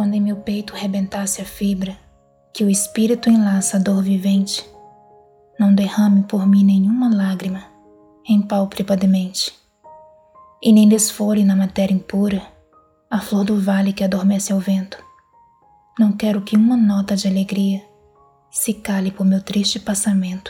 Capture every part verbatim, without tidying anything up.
Quando em meu peito rebentasse a fibra, que o espírito enlaça a dor vivente, não derrame por mim nenhuma lágrima em pálpebra demente, e nem desfore na matéria impura a flor do vale que adormece ao vento. Não quero que uma nota de alegria se cale por meu triste passamento.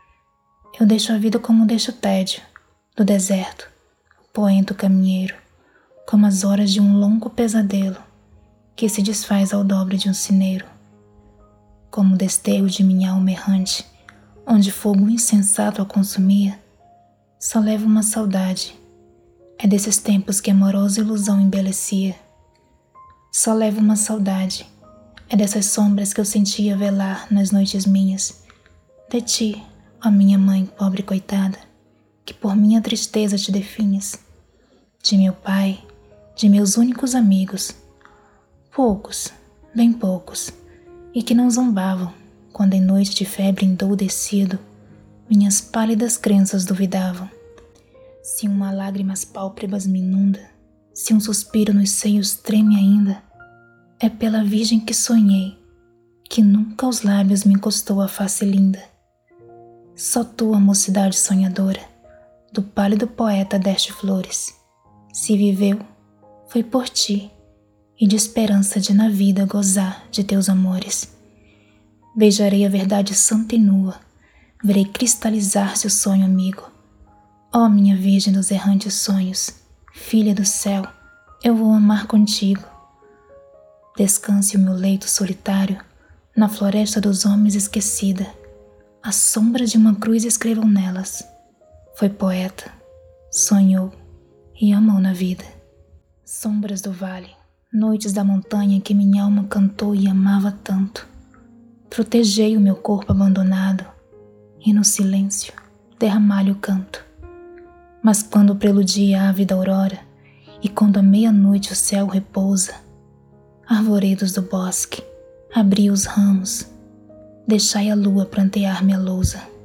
Eu deixo a vida como deixo o tédio do deserto, poento caminheiro, como as horas de um longo pesadelo que se desfaz ao dobre de um sineiro. Como o desterro de minha alma errante, onde fogo insensato a consumia, só levo uma saudade, é desses tempos que amorosa ilusão embelecia. Só levo uma saudade, é dessas sombras que eu sentia velar nas noites minhas, de ti, ó minha mãe pobre coitada, que por minha tristeza te definhas, de meu pai, de meus únicos amigos, poucos, bem poucos, e que não zombavam, quando em noite de febre endoudecido, minhas pálidas crenças duvidavam. Se uma lágrima as pálpebras me inunda, se um suspiro nos seios treme ainda, é pela virgem que sonhei, que nunca aos lábios me encostou a face linda. Só tu, a mocidade sonhadora, do pálido poeta deste flores. Se viveu, foi por ti, e de esperança de na vida gozar de teus amores. Beijarei a verdade santa e nua, verei cristalizar-se o sonho amigo. Ó minha virgem dos errantes sonhos, filha do céu, eu vou amar contigo. Descanse o meu leito solitário, na floresta dos homens esquecida. A sombra de uma cruz escrevam nelas. Foi poeta, sonhou e amou na vida. Sombras do vale, noites da montanha que minha alma cantou e amava tanto. Protegei o meu corpo abandonado e no silêncio derramai-lhe o canto. Mas quando preludia a ávida aurora e quando à meia-noite o céu repousa, arvoredos do bosque, abri os ramos, deixai a lua prantear-me a lousa.